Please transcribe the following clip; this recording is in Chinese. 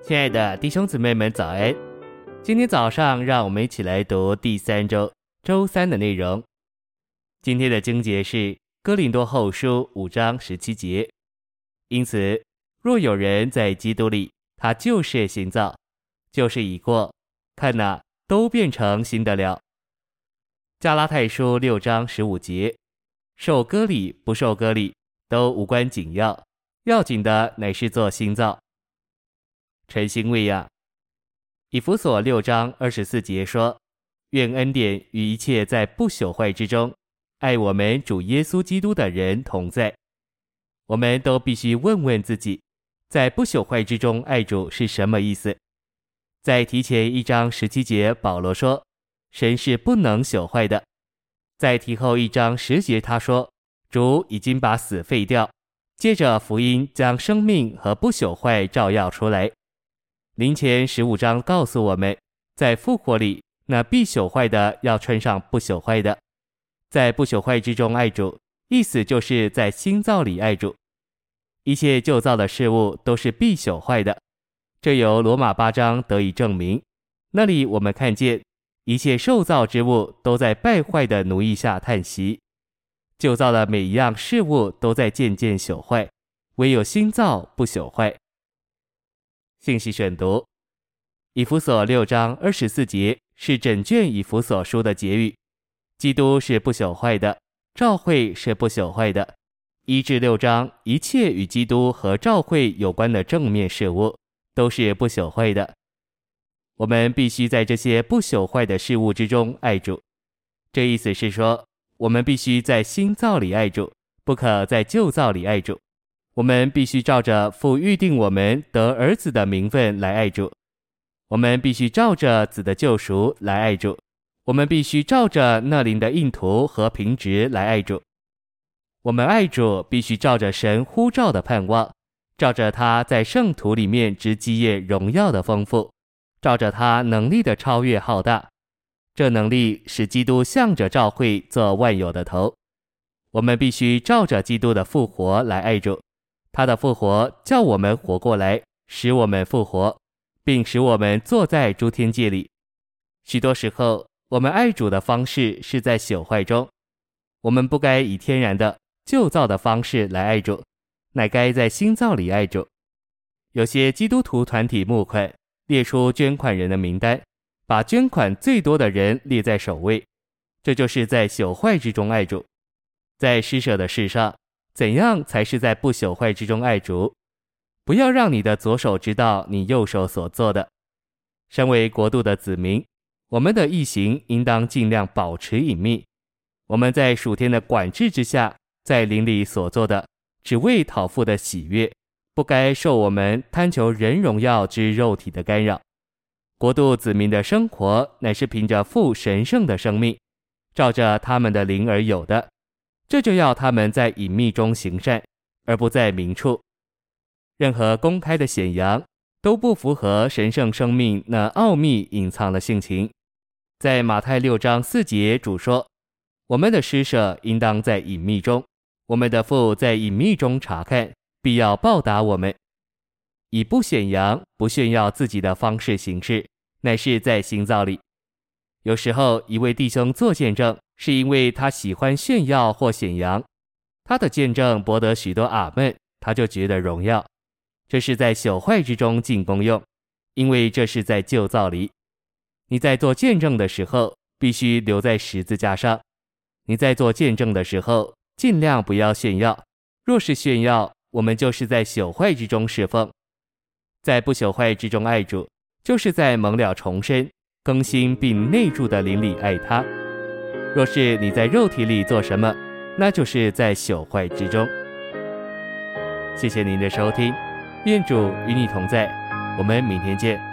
亲爱的弟兄姊妹们早安，今天早上让我们一起来读第3周周3的内容。今天的经节是哥林多后书5章17节，因此若有人在基督里，他就是新造，旧事已过，看哪，都变成新的了。加拉太书6章15节，受割礼不受割礼都无关紧要，要紧的乃是做新造。诚心喂养。以弗所6章24节说，愿恩典与一切在不朽坏之中爱我们主耶稣基督的人同在。我们都必须问问自己，在不朽坏之中爱主是什么意思。在提前1章17节，保罗说神是不能朽坏的。在提后1章10节，他说主已经把死废掉，接着福音将生命和不朽坏照耀出来。林前15章告诉我们，在复活里，那必朽坏的要穿上不朽坏的。在不朽坏之中爱主，意思就是在新造里爱主。一切旧造的事物都是必朽坏的，这由罗马8章得以证明。那里我们看见一切受造之物都在败坏的奴役下叹息，旧造的每一样事物都在渐渐朽坏，唯有新造不朽坏。信息选读，以弗所6章24节是整卷以弗所书的结语。基督是不朽坏的，教会是不朽坏的。1至6章一切与基督和教会有关的正面事物都是不朽坏的。我们必须在这些不朽坏的事物之中爱主。这意思是说，我们必须在新造里爱主，不可在旧造里爱主。我们必须照着父预定我们得儿子的名分来爱主，我们必须照着子的救赎来爱主，我们必须照着那灵的印图和凭职来爱主。我们爱主必须照着神呼召的盼望，照着他在圣徒里面之基业荣耀的丰富，照着他能力的超越浩大。这能力使基督向着教会做万有的头。我们必须照着基督的复活来爱主，他的复活叫我们活过来，使我们复活，并使我们坐在诸天界里。许多时候，我们爱主的方式是在朽坏中。我们不该以天然的旧造的方式来爱主，乃该在新造里爱主。有些基督徒团体募款，列出捐款人的名单，把捐款最多的人列在首位，这就是在朽坏之中爱主。在施舍的事上，怎样才是在不朽坏之中爱主？不要让你的左手知道你右手所做的。身为国度的子民，我们的义行应当尽量保持隐秘。我们在属天的管制之下，在灵里所做的，只为讨父的喜悦，不该受我们贪求人荣耀之肉体的干扰。国度子民的生活乃是凭着父神圣的生命，照着他们的灵而有的。这就要他们在隐秘中行善，而不在明处。任何公开的显扬都不符合神圣生命那奥秘隐藏的性情。在马太6章4节，主说，我们的施舍应当在隐秘中，我们的父在隐秘中查看，必要报答我们。以不显扬不炫耀自己的方式行事，乃是在新造里。有时候一位弟兄做见证，是因为他喜欢炫耀或显扬，他的见证博得许多阿们，他就觉得荣耀。这是在朽坏之中尽功用，因为这是在旧造里。你在做见证的时候，必须留在十字架上。你在做见证的时候，尽量不要炫耀。若是炫耀，我们就是在朽坏之中侍奉。在不朽坏之中爱主，就是在蒙了重生、更新并内住的灵里爱他。若是你在肉体里做什么，那就是在朽坏之中。谢谢您的收听，愿主与你同在，我们明天见。